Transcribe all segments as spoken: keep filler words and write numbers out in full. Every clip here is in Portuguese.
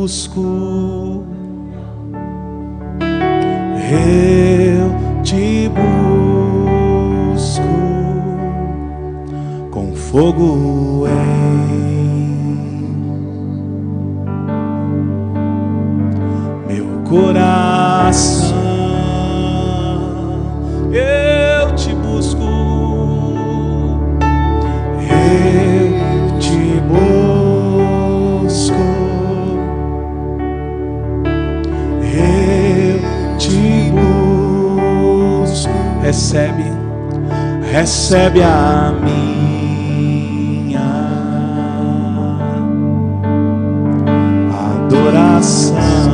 busco, eu te busco com fogo em meu coração. Eu te busco, eu te busco, eu te busco. Recebe, recebe a minha adoração.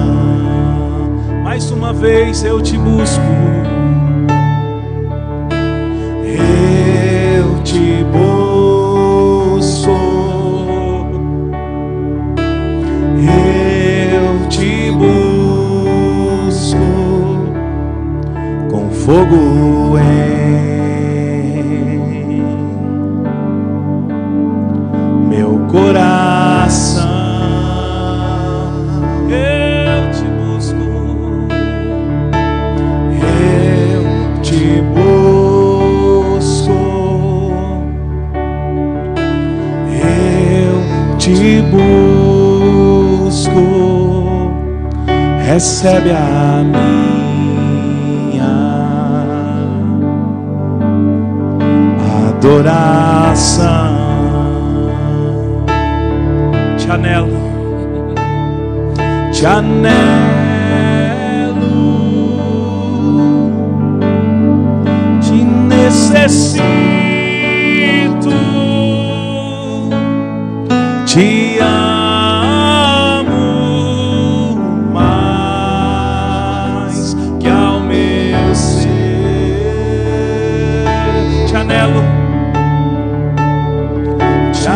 Mais uma vez eu te busco, eu te busco, eu te busco com fogo em meu coração. Eu te busco, eu te busco, te busco, recebe a minha adoração. Te anelo, te anelo, te necessito, te amo mais que ao meu ser. Te anelo, te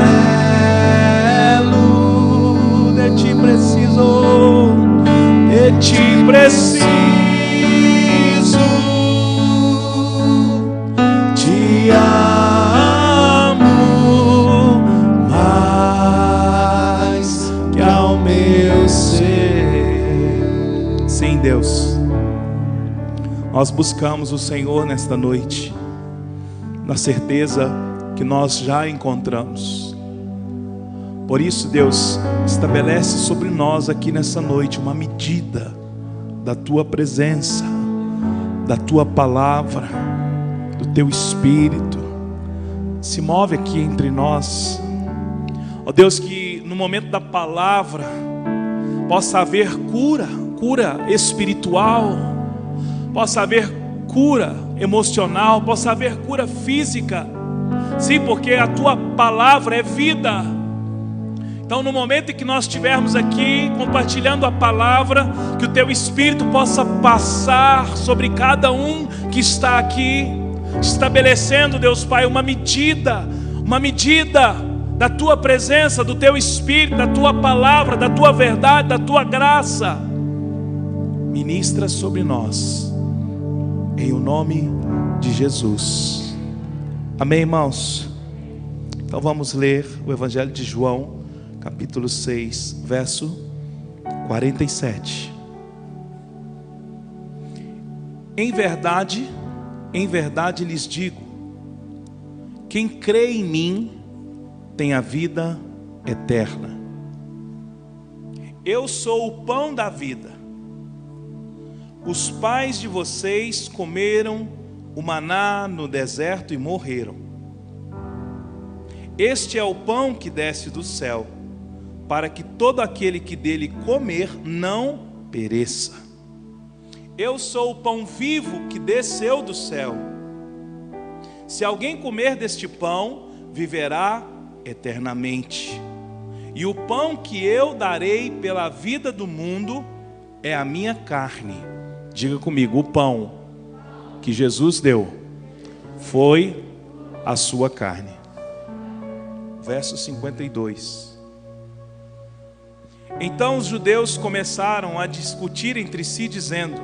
anelo, de ti preciso, de ti preciso, te amo mais que ao meu ser. Sim, Deus, nós buscamos o Senhor nesta noite, na certeza que nós já encontramos. Por isso, Deus, estabelece sobre nós aqui nessa noite uma medida da Tua presença, da Tua palavra, do Teu Espírito. Se move aqui entre nós. Ó Deus, que no momento da palavra possa haver cura, cura espiritual, possa haver cura emocional, possa haver cura física. Sim, porque a Tua palavra é vida. Então, no momento em que nós estivermos aqui compartilhando a palavra, que o Teu Espírito possa passar sobre cada um que está aqui, estabelecendo, Deus Pai, uma medida, uma medida da Tua presença, do Teu Espírito, da Tua palavra, da Tua verdade, da Tua graça. Ministra sobre nós, em o nome de Jesus. Amém, irmãos? Então vamos ler o Evangelho de João, capítulo seis, verso quarenta e sete. Em verdade, em verdade lhes digo, quem crê em mim tem a vida eterna. Eu sou o pão da vida. Os pais de vocês comeram o maná no deserto e morreram. Este é o pão que desce do céu, para que todo aquele que dele comer não pereça. Eu sou o pão vivo que desceu do céu. Se alguém comer deste pão, viverá eternamente. E o pão que eu darei pela vida do mundo é a minha carne. Diga comigo, o pão que Jesus deu foi a sua carne. Verso cinquenta e dois. Então os judeus começaram a discutir entre si, dizendo: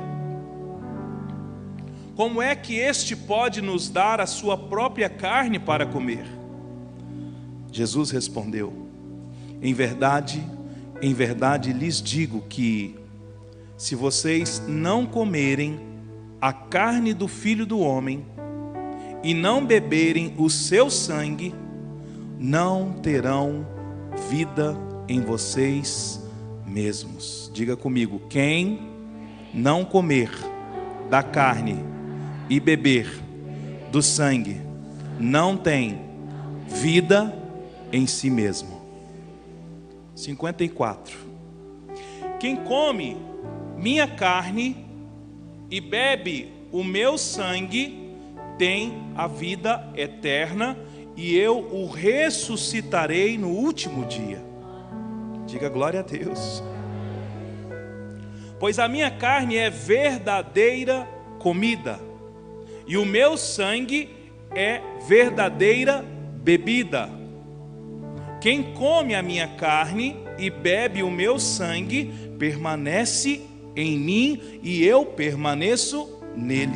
como é que este pode nos dar a sua própria carne para comer? Jesus respondeu: em verdade, em verdade lhes digo que, se vocês não comerem a carne do Filho do Homem e não beberem o seu sangue, não terão vida em vocês mesmos. Diga comigo: quem não comer da carne e beber do sangue, não tem vida em si mesmo. cinquenta e quatro. Quem come minha carne e bebe o meu sangue tem a vida eterna, e eu o ressuscitarei no último dia. Diga glória a Deus. Pois a minha carne é verdadeira comida, e o meu sangue é verdadeira bebida. Quem come a minha carne e bebe o meu sangue permanece em mim e eu permaneço nele.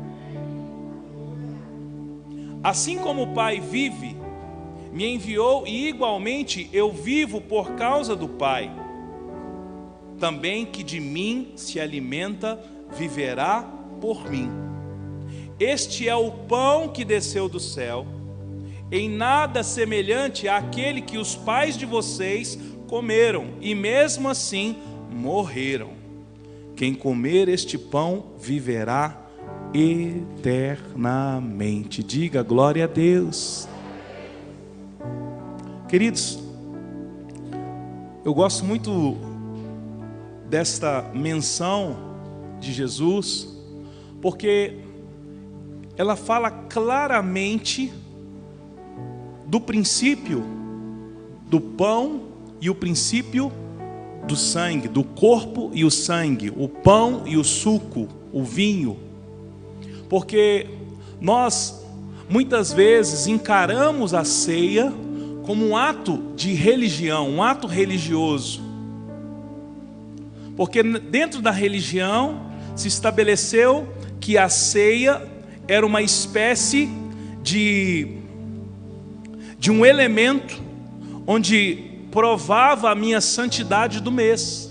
Assim como o Pai vive, me enviou, e igualmente eu vivo por causa do Pai. Também que de mim se alimenta, viverá por mim. Este é o pão que desceu do céu, em nada semelhante àquele que os pais de vocês comeram, e mesmo assim morreram. Quem comer este pão viverá eternamente. Diga glória a Deus. Queridos, eu gosto muito desta menção de Jesus, porque ela fala claramente do princípio do pão e o princípio do sangue, do corpo e o sangue, o pão e o suco, o vinho. Porque nós muitas vezes encaramos a ceia como um ato de religião, um ato religioso. Porque dentro da religião se estabeleceu que a ceia era uma espécie de, de um elemento onde provava a minha santidade do mês.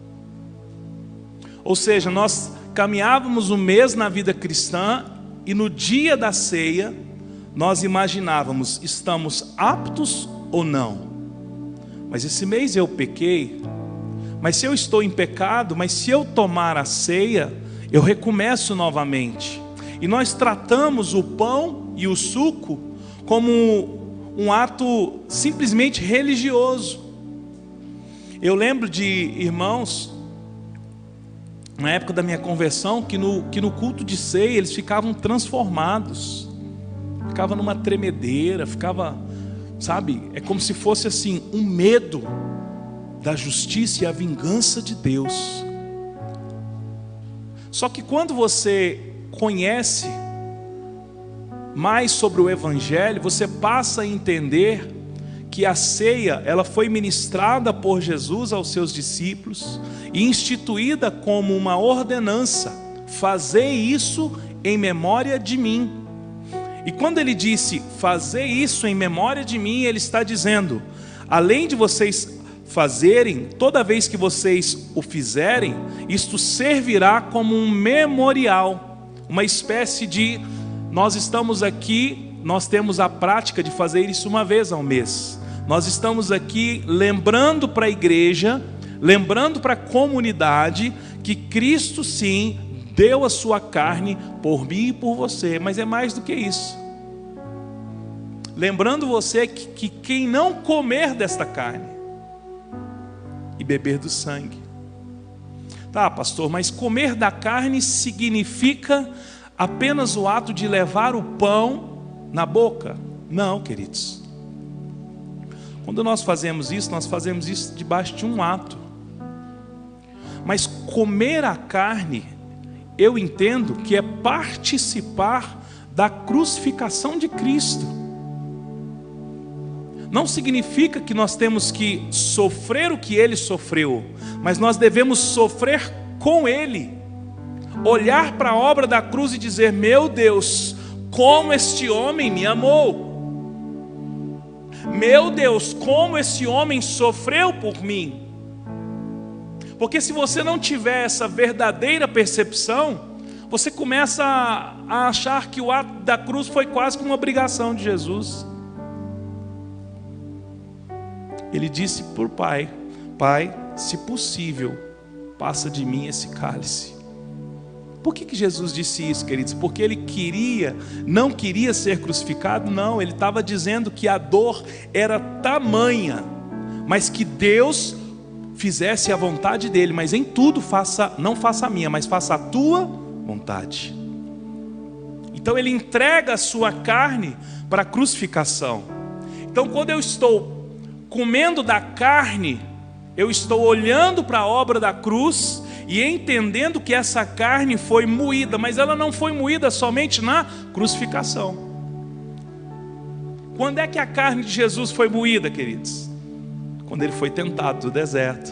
Ou seja, nós caminhávamos um mês na vida cristã e no dia da ceia nós imaginávamos, estamos aptos ou não? Mas esse mês eu pequei, mas se eu estou em pecado, mas se eu tomar a ceia, eu recomeço novamente. E nós tratamos o pão e o suco como um ato simplesmente religioso. Eu lembro de irmãos, na época da minha conversão, que no, que no culto de ceia eles ficavam transformados, ficava numa tremedeira, ficava, sabe, é como se fosse assim, um medo da justiça e a vingança de Deus. Só que quando você conhece mais sobre o Evangelho, você passa a entender que a ceia, ela foi ministrada por Jesus aos seus discípulos e instituída como uma ordenança: fazei isso em memória de mim. E quando ele disse fazei isso em memória de mim, ele está dizendo, além de vocês fazerem, toda vez que vocês o fizerem, isto servirá como um memorial, uma espécie de, nós estamos aqui, nós temos a prática de fazer isso uma vez ao mês. Nós estamos aqui lembrando para a igreja, lembrando para a comunidade, que Cristo sim deu a sua carne por mim e por você. Mas é mais do que isso. Lembrando você que, que quem não comer desta carne e beber do sangue. Tá, pastor, mas comer da carne significa apenas o ato de levar o pão na boca? Não, queridos. Quando nós fazemos isso, nós fazemos isso debaixo de um ato. Mas comer a carne, eu entendo que é participar da crucificação de Cristo. Não significa que nós temos que sofrer o que Ele sofreu, mas nós devemos sofrer com Ele. Olhar para a obra da cruz e dizer, meu Deus, como este homem me amou. Meu Deus, como esse homem sofreu por mim. Porque se você não tiver essa verdadeira percepção, você começa a achar que o ato da cruz foi quase que uma obrigação de Jesus. Ele disse para o Pai: Pai, se possível, passa de mim esse cálice. Por que que Jesus disse isso, queridos? Porque ele queria, não queria ser crucificado? Não, ele estava dizendo que a dor era tamanha, mas que Deus fizesse a vontade dele. Mas em tudo faça, não faça a minha, mas faça a tua vontade. Então ele entrega a sua carne para a crucificação. Então quando eu estou comendo da carne, eu estou olhando para a obra da cruz e entendendo que essa carne foi moída, mas ela não foi moída somente na crucificação. Quando é que a carne de Jesus foi moída, queridos? Quando ele foi tentado no deserto.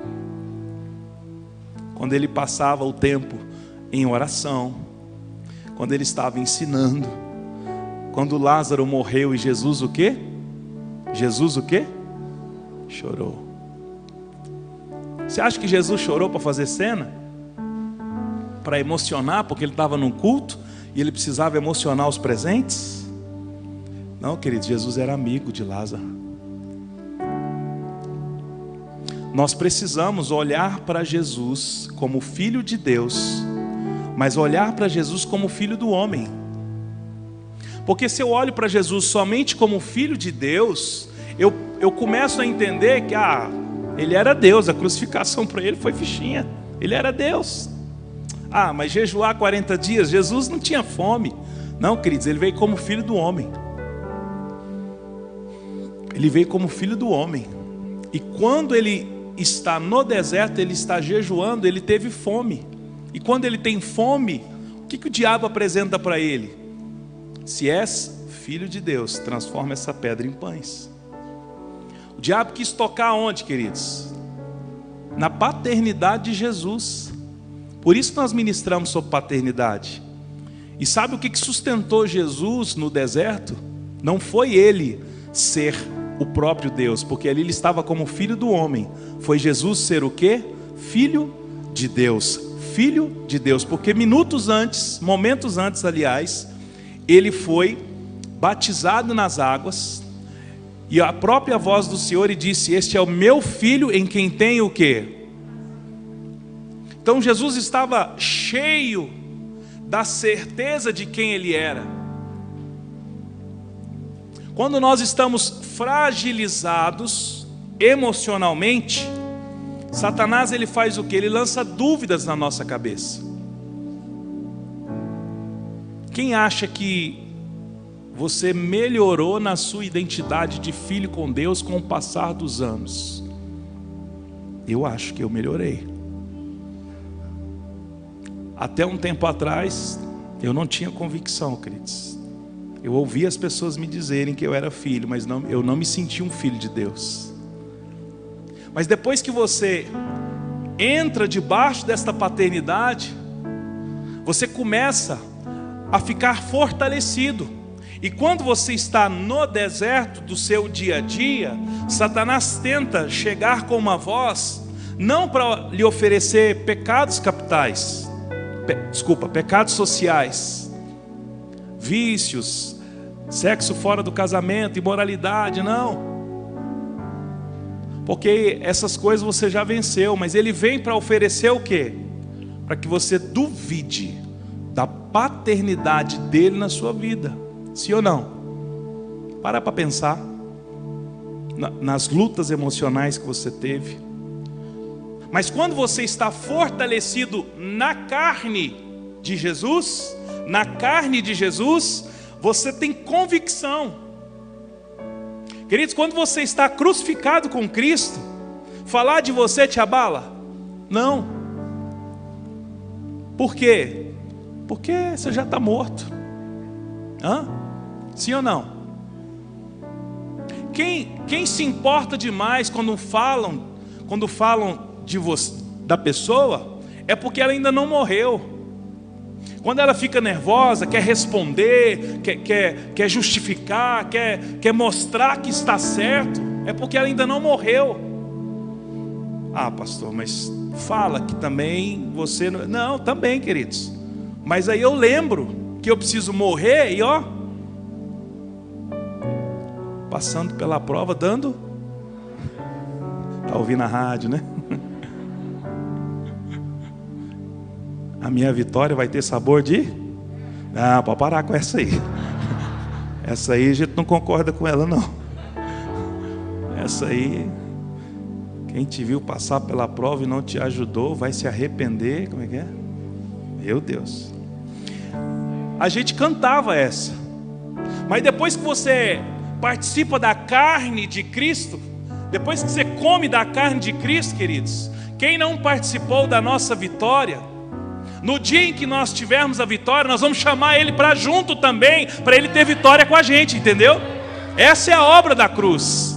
Quando ele passava o tempo em oração. Quando ele estava ensinando. Quando Lázaro morreu e Jesus o quê? Jesus o quê? Chorou. Você acha que Jesus chorou para fazer cena? Para emocionar, porque ele estava num culto e ele precisava emocionar os presentes? Não, queridos, Jesus era amigo de Lázaro. Nós precisamos olhar para Jesus como Filho de Deus, mas olhar para Jesus como Filho do homem. Porque se eu olho para Jesus somente como Filho de Deus, eu, eu começo a entender que ah, ele era Deus, a crucificação para ele foi fichinha. Ele era Deus. Ah, mas jejuar quarenta dias, Jesus não tinha fome. Não, queridos, ele veio como filho do homem. Ele veio como filho do homem. E quando ele está no deserto, ele está jejuando, ele teve fome. E quando ele tem fome, o que, que o diabo apresenta para ele? Se és filho de Deus, transforma essa pedra em pães. O diabo quis tocar onde, queridos? Na paternidade de Jesus. Por isso nós ministramos sobre paternidade. E sabe o que sustentou Jesus no deserto? Não foi ele ser o próprio Deus, porque ali ele estava como filho do homem. Foi Jesus ser o quê? Filho de Deus. Filho de Deus, porque minutos antes, momentos antes, aliás, ele foi batizado nas águas. E a própria voz do Senhor disse: este é o meu filho em quem tenho o quê? Então Jesus estava cheio da certeza de quem ele era. Quando nós estamos fragilizados emocionalmente, Satanás ele faz o quê? Ele lança dúvidas na nossa cabeça. Quem acha que você melhorou na sua identidade de filho com Deus com o passar dos anos? Eu acho que eu melhorei. Até um tempo atrás, eu não tinha convicção, queridos. Eu ouvia as pessoas me dizerem que eu era filho, mas não, eu não me sentia um filho de Deus. Mas depois que você entra debaixo desta paternidade, você começa a ficar fortalecido. E quando você está no deserto do seu dia a dia, Satanás tenta chegar com uma voz, não para lhe oferecer pecados capitais, pe, desculpa, pecados sociais, vícios, sexo fora do casamento, imoralidade, não. Porque essas coisas você já venceu, mas ele vem para oferecer o quê? Para que você duvide da paternidade dele na sua vida. Sim ou não? Para para pensar nas lutas emocionais que você teve. Mas quando você está fortalecido na carne de Jesus, na carne de Jesus, você tem convicção. Queridos, quando você está crucificado com Cristo, falar de você te abala? Não. Por quê? Porque você já está morto. Hã? Sim ou não? Quem, quem se importa demais quando falam, quando falam de você, da pessoa, é porque ela ainda não morreu. Quando ela fica nervosa, quer responder, quer, quer, quer justificar, quer, quer mostrar que está certo, é porque ela ainda não morreu. Ah, pastor, mas fala que também você... Não, não, também, queridos. Mas aí eu lembro que eu preciso morrer e ó, passando pela prova, dando... Está ouvindo a rádio, né? A minha vitória vai ter sabor de... Ah, pode parar com essa aí. Essa aí a gente não concorda com ela, não. Essa aí... Quem te viu passar pela prova e não te ajudou, vai se arrepender. Como é que é? Meu Deus. A gente cantava essa. Mas depois que você participa da carne de Cristo, depois que você come da carne de Cristo, queridos, quem não participou da nossa vitória, no dia em que nós tivermos a vitória, nós vamos chamar Ele para junto também, para Ele ter vitória com a gente, entendeu? Essa é a obra da cruz.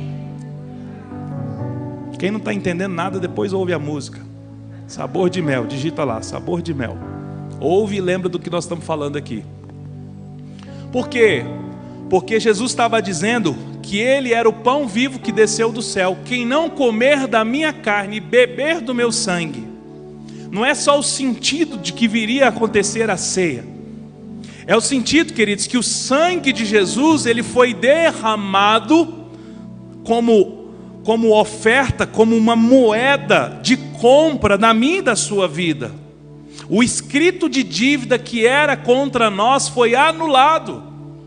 Quem não está entendendo nada, depois ouve a música. Sabor de mel, digita lá, sabor de mel. Ouve e lembra do que nós estamos falando aqui. Por quê? Porque Jesus estava dizendo que Ele era o pão vivo que desceu do céu. Quem não comer da minha carne e beber do meu sangue. Não é só o sentido de que viria a acontecer a ceia. É o sentido, queridos, que o sangue de Jesus, ele foi derramado como... como oferta, como uma moeda de compra na minha e da sua vida. O escrito de dívida que era contra nós foi anulado.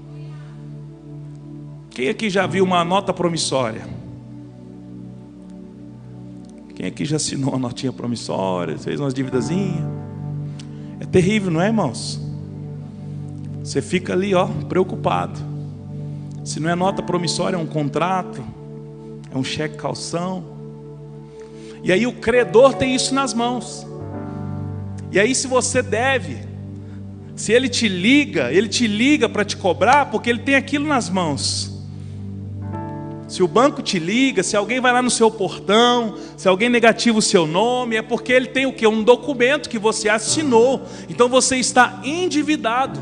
Quem aqui já viu uma nota promissória? Quem aqui já assinou uma notinha promissória, fez umas dívidazinhas? É terrível, não é, irmãos? Você fica ali, ó, preocupado. Se não é nota promissória, é um contrato, é um cheque calção. E aí o credor tem isso nas mãos. E aí se você deve, se ele te liga, ele te liga para te cobrar, porque ele tem aquilo nas mãos. Se o banco te liga, se alguém vai lá no seu portão, se alguém negativa o seu nome, é porque ele tem o quê? Um documento que você assinou. Então você está endividado.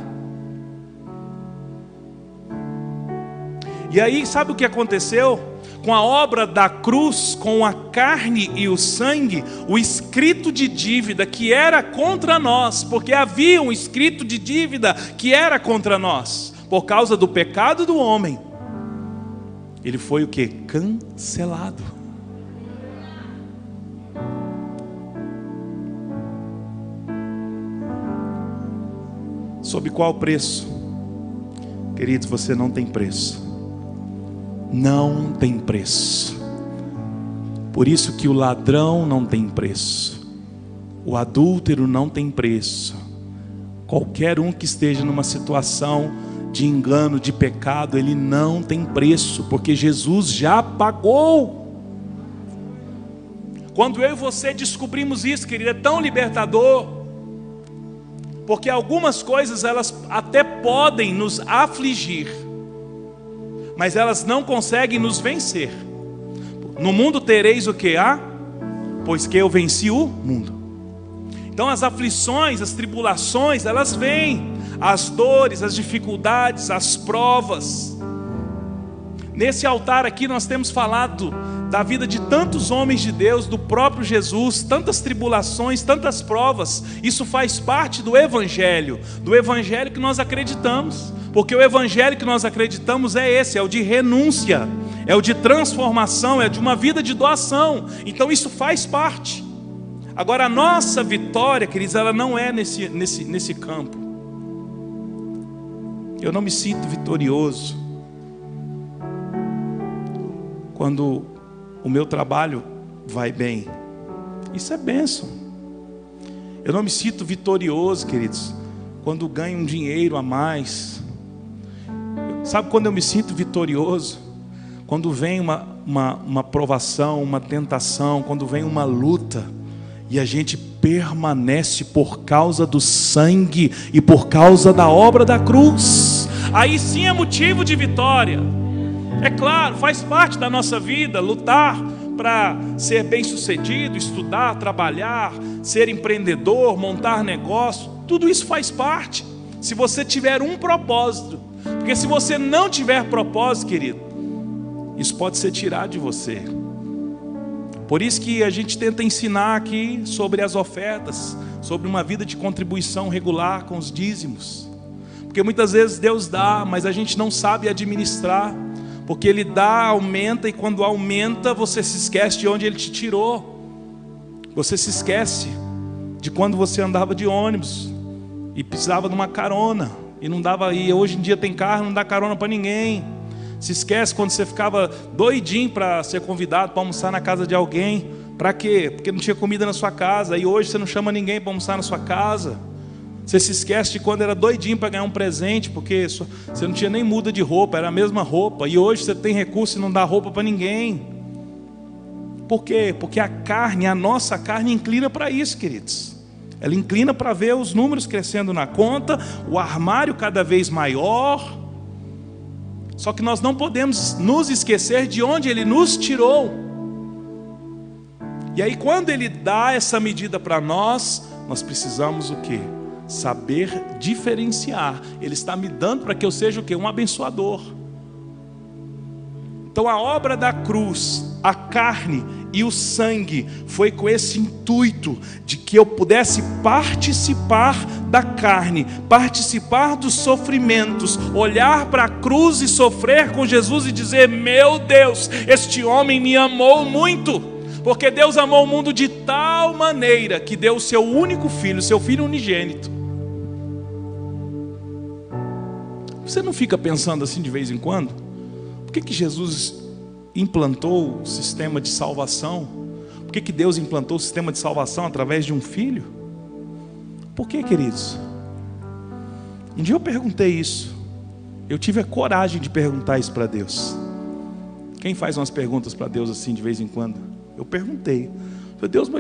E aí sabe o que aconteceu? Com a obra da cruz, com a carne e o sangue, o escrito de dívida que era contra nós, porque havia um escrito de dívida que era contra nós, por causa do pecado do homem, ele foi o que? Cancelado. Sob qual preço? Queridos, você não tem preço. Não tem preço. Por isso que o ladrão não tem preço, o adúltero não tem preço, qualquer um que esteja numa situação de engano, de pecado, ele não tem preço, porque Jesus já pagou. Quando eu e você descobrimos isso, querido, é tão libertador, porque algumas coisas elas até podem nos afligir, mas elas não conseguem nos vencer. No mundo tereis o que há? Pois que eu venci o mundo. Então as aflições, as tribulações, elas vêm. As dores, as dificuldades, as provas. Nesse altar aqui nós temos falado da vida de tantos homens de Deus, do próprio Jesus, tantas tribulações, tantas provas. Isso faz parte do Evangelho, do Evangelho que nós acreditamos. Porque o Evangelho que nós acreditamos é esse, é o de renúncia, é o de transformação, é de uma vida de doação. Então isso faz parte. Agora a nossa vitória, queridos, ela não é nesse, nesse, nesse campo. Eu não me sinto vitorioso quando o meu trabalho vai bem. Isso é bênção. Eu não me sinto vitorioso, queridos, quando ganho um dinheiro a mais. Sabe quando eu me sinto vitorioso? Quando vem uma, uma, uma provação, uma tentação, quando vem uma luta, e a gente permanece por causa do sangue e por causa da obra da cruz. Aí sim é motivo de vitória. É claro, faz parte da nossa vida lutar para ser bem sucedido, estudar, trabalhar, ser empreendedor, montar negócio. Tudo isso faz parte, se você tiver um propósito. Porque se você não tiver propósito, querido, isso pode ser tirado de você. Por isso que a gente tenta ensinar aqui sobre as ofertas, sobre uma vida de contribuição regular com os dízimos. Porque muitas vezes Deus dá, mas a gente não sabe administrar. Porque Ele dá, aumenta, e quando aumenta, você se esquece de onde Ele te tirou. Você se esquece de quando você andava de ônibus e precisava de uma carona, e não dava, e hoje em dia tem carro, não dá carona para ninguém. Se esquece quando você ficava doidinho para ser convidado para almoçar na casa de alguém. Para quê? Porque não tinha comida na sua casa, e hoje você não chama ninguém para almoçar na sua casa. Você se esquece de quando era doidinho para ganhar um presente, porque você não tinha nem muda de roupa, era a mesma roupa. E hoje você tem recurso e não dá roupa para ninguém. Por quê? Porque a carne, a nossa carne inclina para isso, queridos. Ela inclina para ver os números crescendo na conta, o armário cada vez maior. Só que nós não podemos nos esquecer de onde Ele nos tirou. E aí quando Ele dá essa medida para nós, nós precisamos o quê? Saber diferenciar. Ele está me dando para que eu seja o quê? Um abençoador. Então a obra da cruz, a carne e o sangue foi com esse intuito de que eu pudesse participar da carne, participar dos sofrimentos, olhar para a cruz e sofrer com Jesus e dizer: meu Deus, este homem me amou muito. Porque Deus amou o mundo de tal maneira que deu o seu único filho, seu filho unigênito. Você não fica pensando assim de vez em quando? Por que que Jesus implantou o sistema de salvação? Por que que Deus implantou o sistema de salvação através de um filho? Por que, queridos? Um dia eu perguntei isso. Eu tive a coragem de perguntar isso para Deus. Quem faz umas perguntas para Deus assim de vez em quando? Eu perguntei. Eu falei: Deus, mas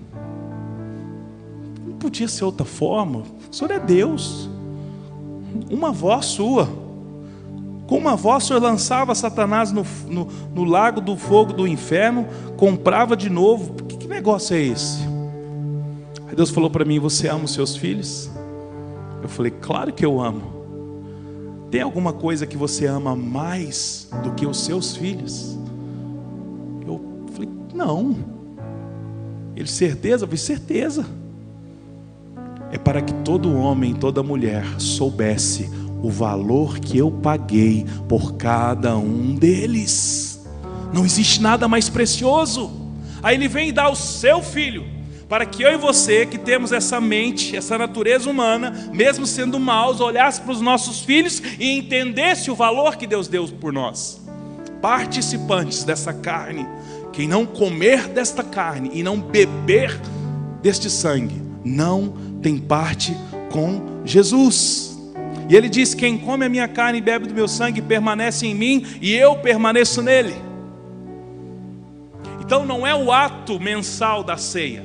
não podia ser outra forma? O Senhor é Deus. Uma voz sua, com uma voz o Senhor lançava Satanás no, no, no lago do fogo do inferno, comprava de novo. Que, que negócio é esse? Aí Deus falou para mim: você ama os seus filhos? Eu falei: claro que eu amo. Tem alguma coisa que você ama mais do que os seus filhos? Eu falei: não. Ele: certeza? Eu falei: certeza. É para que todo homem, toda mulher soubesse o valor que eu paguei por cada um deles. Não existe nada mais precioso. Aí Ele vem e dá o seu filho, para que eu e você, que temos essa mente, essa natureza humana, mesmo sendo maus, olhasse para os nossos filhos e entendesse o valor que Deus deu por nós. Participantes dessa carne. Quem não comer desta carne e não beber deste sangue, não tem parte com Jesus. E Ele diz: quem come a minha carne e bebe do meu sangue permanece em mim e eu permaneço nele. Então não é o ato mensal da ceia,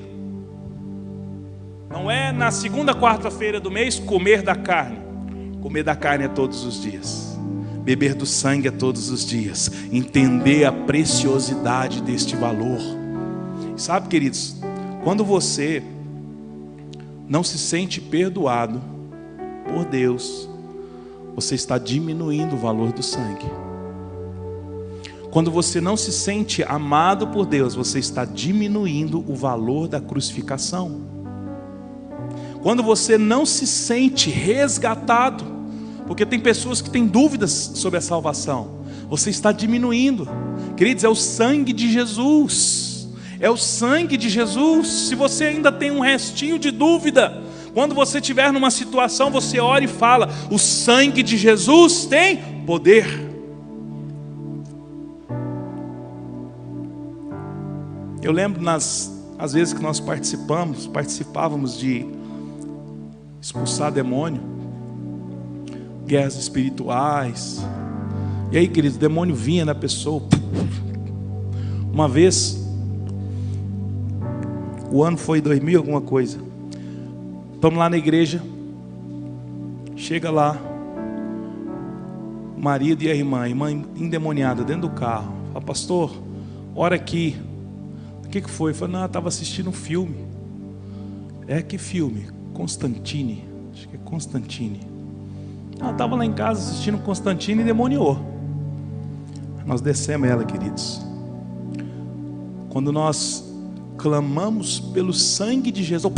não é na segunda quarta-feira do mês comer da carne. Comer da carne é todos os dias, beber do sangue é todos os dias, entender a preciosidade deste valor. Sabe, queridos, quando você não se sente perdoado por Deus, você está diminuindo o valor do sangue. Quando você não se sente amado por Deus, você está diminuindo o valor da crucificação. Quando você não se sente resgatado, porque tem pessoas que têm dúvidas sobre a salvação, você está diminuindo. Queridos, é o sangue de Jesus. É o sangue de Jesus. Se você ainda tem um restinho de dúvida, quando você estiver numa situação, você ora e fala: o sangue de Jesus tem poder. Eu lembro nas às vezes que nós participamos, participávamos de expulsar demônio, guerras espirituais. E aí, querido, o demônio vinha na pessoa. Uma vez, o ano foi dois mil alguma coisa. Estamos lá na igreja. Chega lá o marido e a irmã, a irmã endemoniada dentro do carro. Fala: pastor, ora aqui. O que que foi? Eu falei: não, eu estava assistindo um filme. É, que filme? Constantine. Acho que é Constantine. Ela estava lá em casa assistindo Constantine e demoniou. Nós descemos ela, queridos. quando nós clamamos pelo sangue de Jesus.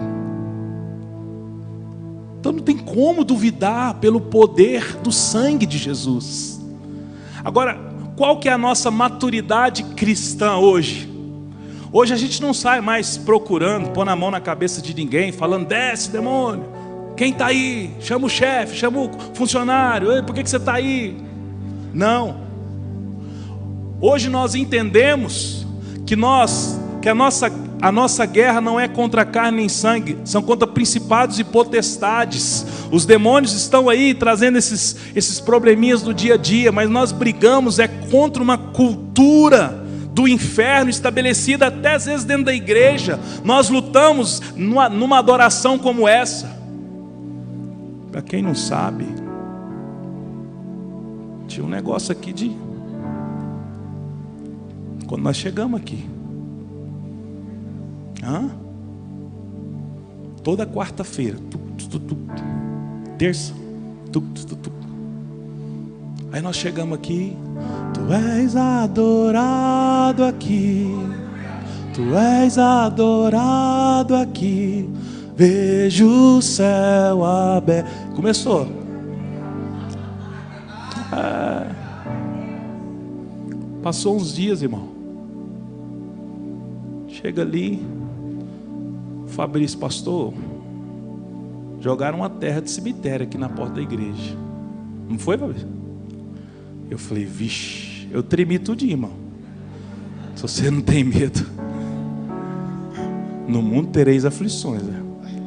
Então não tem como duvidar pelo poder do sangue de Jesus. Agora, qual que é a nossa maturidade cristã hoje? Hoje a gente não sai mais procurando, pôr a mão na cabeça de ninguém, falando, desce demônio, quem está aí? Chama o chefe, chama o funcionário, ei, por que, que você está aí? Não. Hoje nós entendemos que, nós, que a, nossa, a nossa guerra não é contra carne nem sangue, são contra principados e potestades. Os demônios estão aí trazendo esses, esses probleminhas do dia a dia, mas nós brigamos é contra uma cultura do inferno estabelecida até às vezes dentro da igreja. Nós lutamos numa, numa adoração como essa. Para quem não sabe, tinha um negócio aqui de... Quando nós chegamos aqui, Hã? toda quarta-feira, terça, tuc, tuc, tuc. Aí nós chegamos aqui, tu és adorado aqui, tu és adorado aqui, vejo o céu aberto. Começou. É. Passou uns dias, irmão. Chega ali, Fabrício, pastor, jogaram uma terra de cemitério aqui na porta da igreja. Não foi, Fabrício? Eu falei, vixe, eu tremi tudinho, irmão. Se você não tem medo, no mundo tereis aflições, né?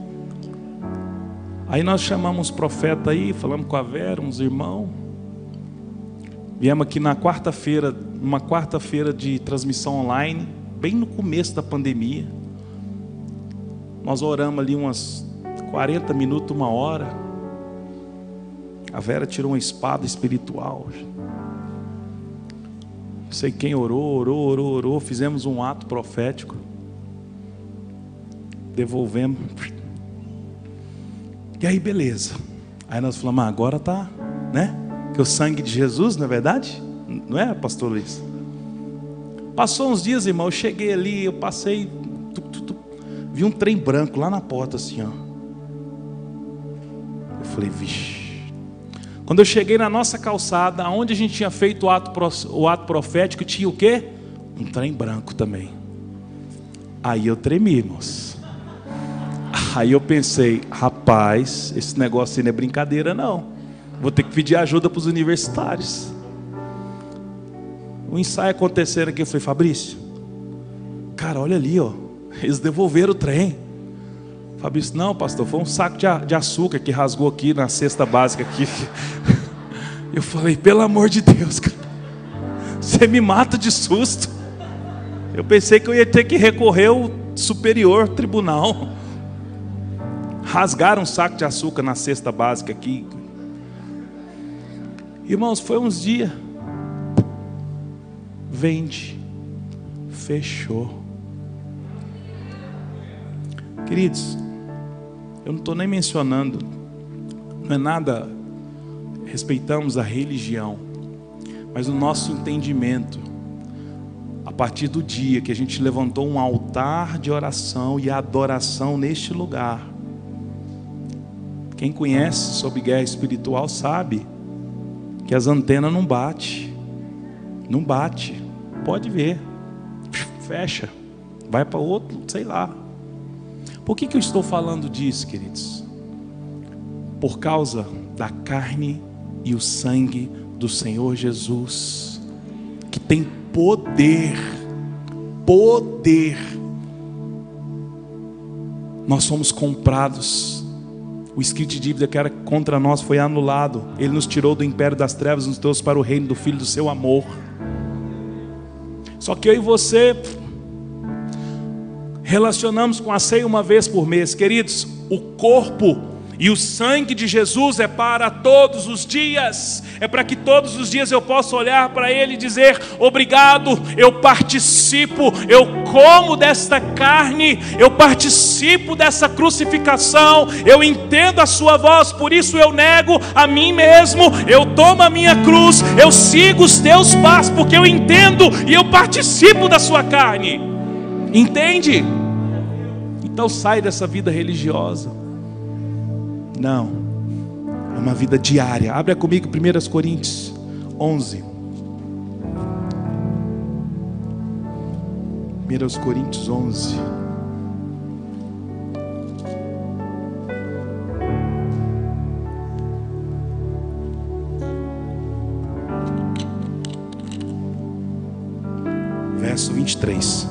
Aí nós chamamos os profetas aí, falamos com a Vera, uns irmãos. Viemos aqui na quarta-feira, uma quarta-feira de transmissão online, bem no começo da pandemia. Nós oramos ali umas quarenta minutos, uma hora. A Vera tirou uma espada espiritual. Não sei quem orou, orou, orou, orou. Fizemos um ato profético. Devolvemos. E aí, beleza. Aí nós falamos, ah, agora tá, né? Que o sangue de Jesus, não é verdade? Não é, pastor Luiz? Passou uns dias, irmão, eu cheguei ali, eu passei, tu, tu, tu, vi um trem branco lá na porta, assim, ó. Eu falei, vixe. Quando eu cheguei na nossa calçada, onde a gente tinha feito o ato, o ato profético, tinha o quê? Um trem branco também. Aí eu tremi, irmãos. Aí eu pensei, rapaz, esse negócio aí não é brincadeira não. Vou ter que pedir ajuda para os universitários. O ensaio acontecendo aqui, eu falei, Fabrício, cara, olha ali, ó, eles devolveram o trem. Fabrício, não, pastor, foi um saco de, de açúcar que rasgou aqui na cesta básica aqui. Eu falei, pelo amor de Deus, cara, você me mata de susto. Eu pensei que eu ia ter que recorrer ao superior tribunal. Rasgaram um saco de açúcar na cesta básica aqui. Irmãos, foi uns dias. Vende. Fechou. Queridos, eu não estou nem mencionando, não é nada, respeitamos a religião, mas o nosso entendimento, a partir do dia que a gente levantou um altar de oração e adoração neste lugar. Quem conhece sobre guerra espiritual sabe que as antenas não batem, não bate, pode ver, fecha, vai para outro, sei lá. Por que que eu estou falando disso, queridos? Por causa da carne e o sangue do Senhor Jesus, que tem poder, poder. Nós somos comprados. O escrito de dívida que era contra nós foi anulado. Ele nos tirou do império das trevas, nos trouxe para o reino do Filho do seu amor. Só que eu e você relacionamos com a ceia uma vez por mês. Queridos, o corpo, E o sangue de Jesus é para todos os dias, é para que todos os dias eu possa olhar para Ele e dizer: obrigado, eu participo, eu como desta carne, eu participo dessa crucificação, eu entendo a sua voz, por isso eu nego a mim mesmo, eu tomo a minha cruz, eu sigo os teus passos, porque eu entendo e eu participo da sua carne. Entende? Então sai dessa vida religiosa. Não, é uma vida diária. Abre comigo primeira Coríntios onze. primeira Coríntios onze. Verso vinte e três.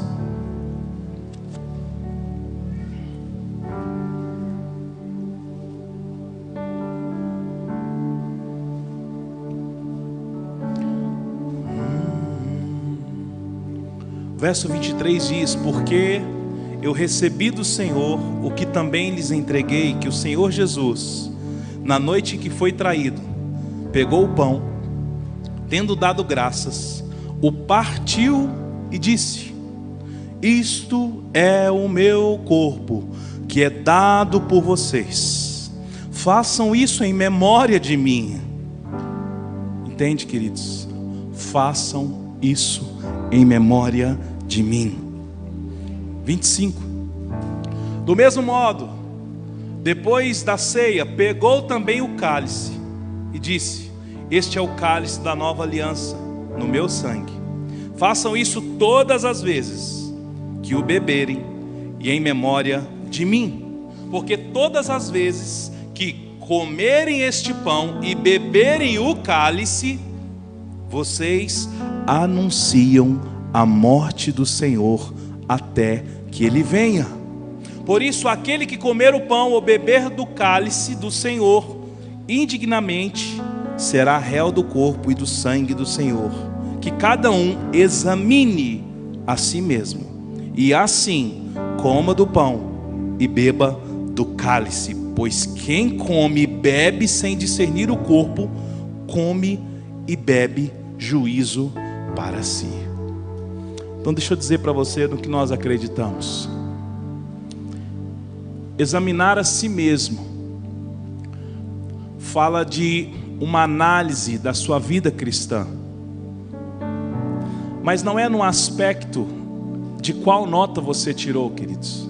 Verso vinte e três diz: porque eu recebi do Senhor o que também lhes entreguei, que o Senhor Jesus, na noite em que foi traído, pegou o pão, tendo dado graças, o partiu e disse: isto é o meu corpo, que é dado por vocês, façam isso em memória de mim. Entende, queridos? Façam isso em memória de mim. vinte e cinco. Do mesmo modo, depois da ceia, pegou também o cálice e disse: este é o cálice da nova aliança no meu sangue. Façam isso todas as vezes que o beberem, e em memória de mim. Porque todas as vezes que comerem este pão e beberem o cálice, vocês anunciam a morte do Senhor até que Ele venha. Por isso, aquele que comer o pão ou beber do cálice do Senhor indignamente será réu do corpo e do sangue do Senhor. Que cada um examine a si mesmo, e assim coma do pão e beba do cálice. Pois quem come e bebe sem discernir o corpo, come e bebe juízo para si. Então deixa eu dizer para você no que nós acreditamos. Examinar a si mesmo fala de uma análise da sua vida cristã, mas não é no aspecto de qual nota você tirou, queridos.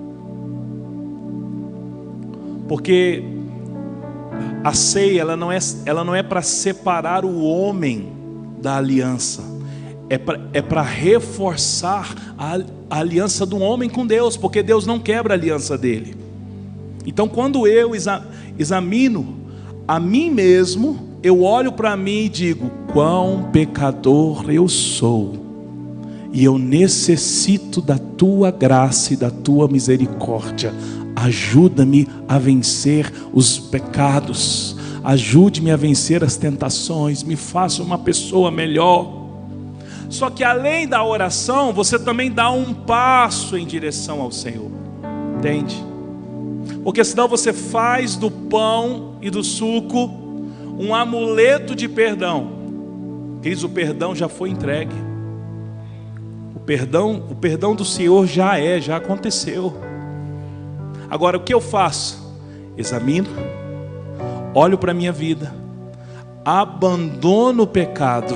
Porque a ceia, ela não é, ela não é para separar o homem da aliança. É para é para reforçar a, a aliança do homem com Deus, porque Deus não quebra a aliança dele. Então, quando eu exa, examino a mim mesmo, eu olho para mim e digo: quão pecador eu sou, e eu necessito da tua graça e da tua misericórdia. Ajuda-me a vencer os pecados, ajude-me a vencer as tentações, me faça uma pessoa melhor. Só que além da oração, você também dá um passo em direção ao Senhor, entende? Porque senão você faz do pão e do suco um amuleto de perdão. Queridos, o perdão já foi entregue. O perdão, o perdão do Senhor já é, já aconteceu. Agora o que eu faço? Examino, olho para a minha vida, abandono o pecado,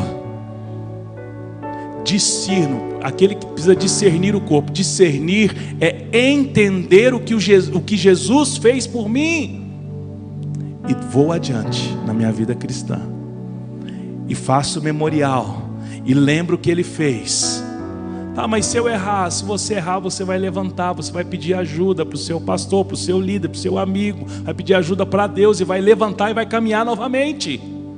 discerno. Aquele que precisa discernir o corpo. Discernir é entender o que, o, o que Jesus fez por mim, e vou adiante na minha vida cristã, e faço memorial, e lembro o que Ele fez. Tá, mas se eu errar, se você errar, você vai levantar, você vai pedir ajuda para o seu pastor, para o seu líder, para o seu amigo, vai pedir ajuda para Deus, e vai levantar e vai caminhar novamente.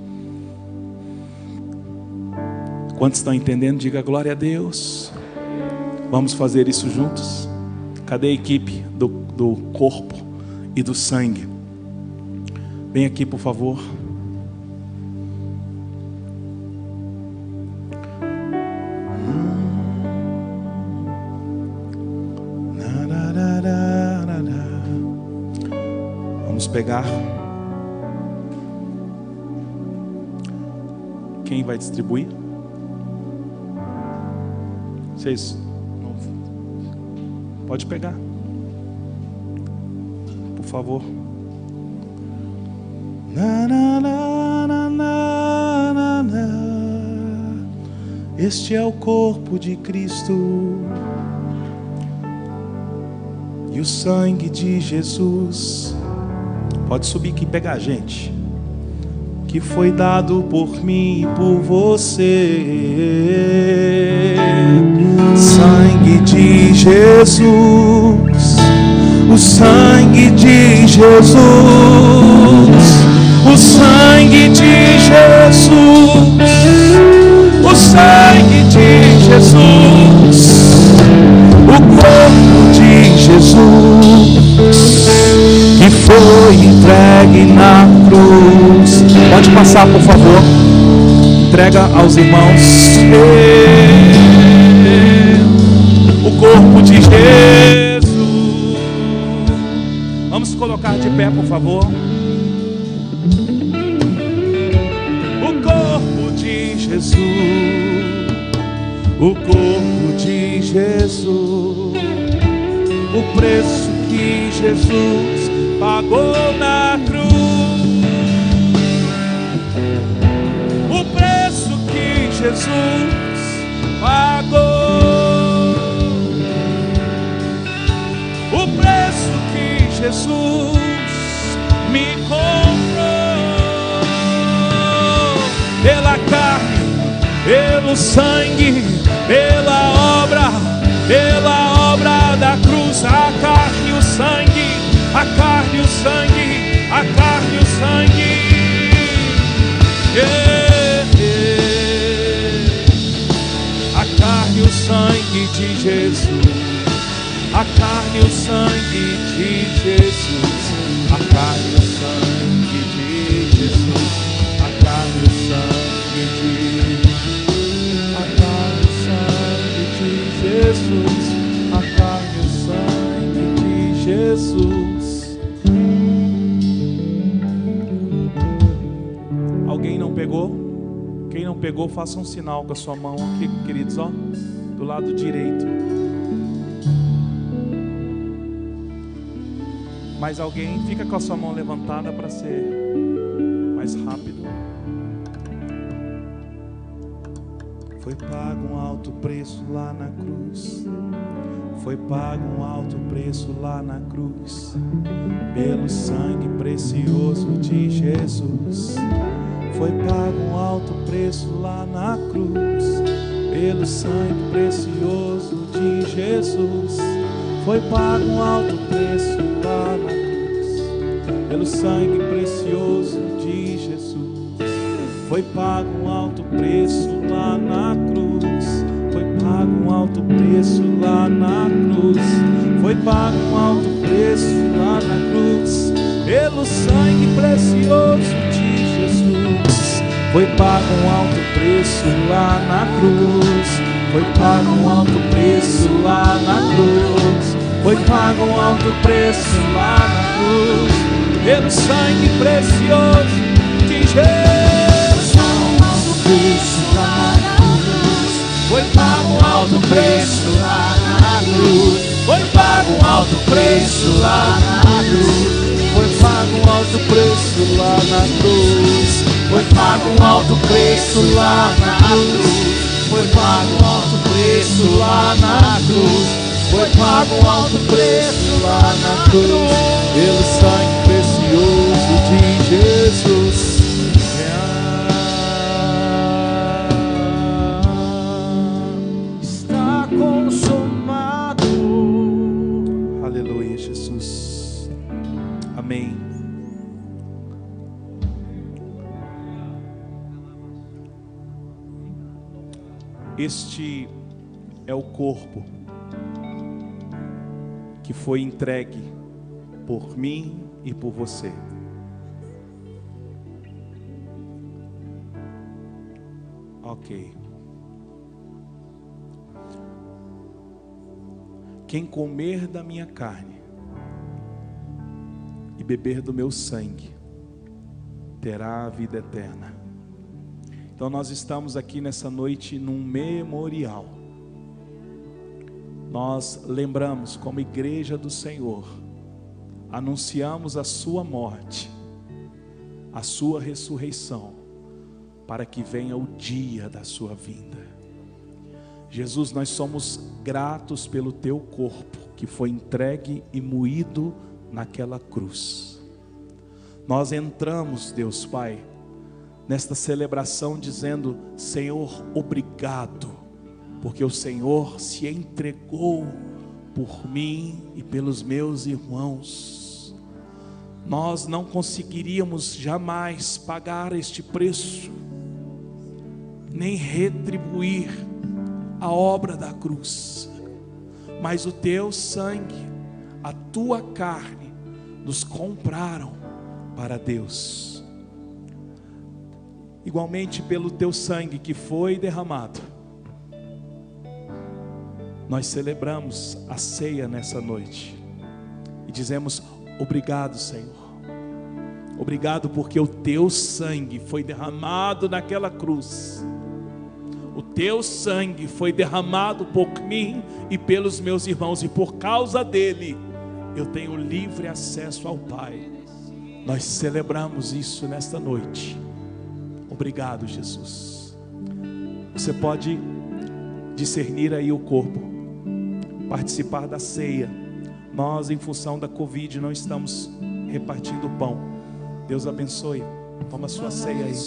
Quantos estão entendendo? Diga glória a Deus. Vamos fazer isso juntos? Cadê a equipe do, do corpo e do sangue? Vem aqui, por favor. Vamos pegar? Quem vai distribuir? Vocês não... Pode pegar, por favor. Na, na, na, na, na, na, na. Este é o corpo de Cristo e o sangue de Jesus. Pode subir aqui e pegar, gente. Que foi dado por mim e por você. Sangue de Jesus, o sangue de Jesus, o sangue de Jesus, o sangue de Jesus, o corpo de Jesus que foi entregue na cruz. Pode passar, por favor. Entrega aos irmãos. O corpo de Jesus. Vamos colocar de pé, por favor. O corpo de Jesus. O corpo de Jesus. O preço que Jesus pagou na cruz. O preço que Jesus pagou. O preço que Jesus me comprou. Pela carne, pelo sangue, pela obra, pela obra da cruz. A carne e o sangue, a carne e o sangue, a carne e o sangue. Yeah, yeah. A carne e o sangue de Jesus. A carne e o sangue de Jesus. A carne e o sangue de Jesus. A carne e o sangue de A carne e o sangue de Jesus. A carne e o sangue de Jesus. Alguém não pegou? Quem não pegou, faça um sinal com a sua mão aqui, queridos, ó, do lado direito. Mais alguém? Fica com a sua mão levantada para ser mais rápido. Foi pago um alto preço lá na cruz. Foi pago um alto preço lá na cruz. Pelo sangue precioso de Jesus. Foi pago um alto preço lá na cruz. Pelo sangue precioso de Jesus. Foi pago um alto preço lá na cruz. Pelo sangue precioso de Jesus. Foi pago um alto preço lá na cruz. Foi pago um alto preço lá na cruz. Foi pago um alto preço lá na cruz. Pelo sangue precioso de Jesus. Foi pago um alto preço lá na cruz. Foi pago um alto preço lá na cruz. Foi pago um alto preço lá na cruz. Pelo sangue precioso de Jesus. Foi pago um alto preço lá na cruz. Foi pago um alto preço lá na cruz. Foi pago um alto preço lá na cruz. Foi pago um alto preço lá na cruz. Foi pago um alto preço lá na cruz. Foi pago um alto preço lá na cruz. Pelo sangue precioso de Jesus. Está consumado. Aleluia, Jesus. Amém. Este é o corpo que foi entregue por mim e por você. Ok. Quem comer da minha carne e beber do meu sangue, terá a vida eterna. Então nós estamos aqui nessa noite num memorial. Nós lembramos, como igreja do Senhor, anunciamos a sua morte, a sua ressurreição, para que venha o dia da sua vinda. Jesus, nós somos gratos pelo teu corpo, que foi entregue e moído naquela cruz. Nós entramos, Deus Pai, nesta celebração dizendo: Senhor, obrigado, porque o Senhor se entregou por mim e pelos meus irmãos. Nós não conseguiríamos jamais pagar este preço, nem retribuir a obra da cruz, mas o teu sangue, a tua carne, nos compraram para Deus. Igualmente, pelo teu sangue que foi derramado, nós celebramos a ceia nessa noite e dizemos: obrigado, Senhor. Obrigado porque o teu sangue foi derramado naquela cruz. O teu sangue foi derramado por mim e pelos meus irmãos, e por causa dele eu tenho livre acesso ao Pai. Nós celebramos isso nesta noite. Obrigado, Jesus. Você pode discernir aí o corpo, participar da ceia. Nós, em função da Covid, não estamos repartindo pão. Deus abençoe. Toma a sua ceia aí.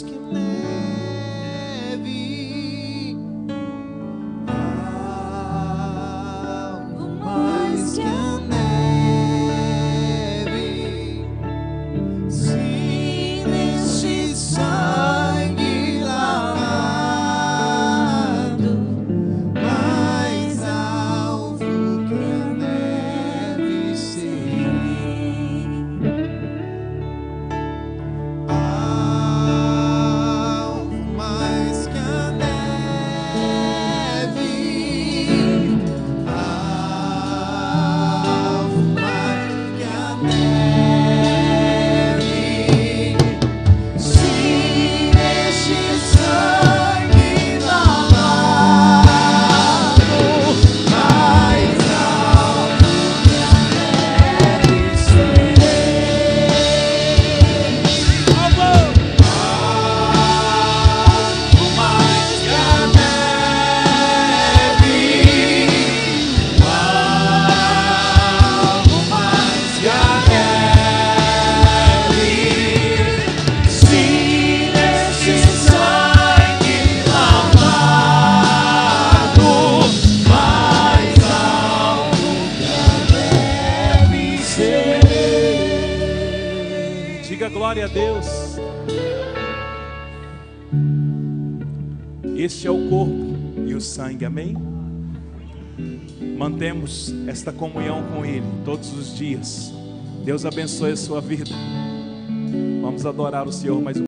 Glória a Deus. Este é o corpo e o sangue, amém? Mantemos esta comunhão com Ele todos os dias. Deus abençoe a sua vida. Vamos adorar o Senhor mais um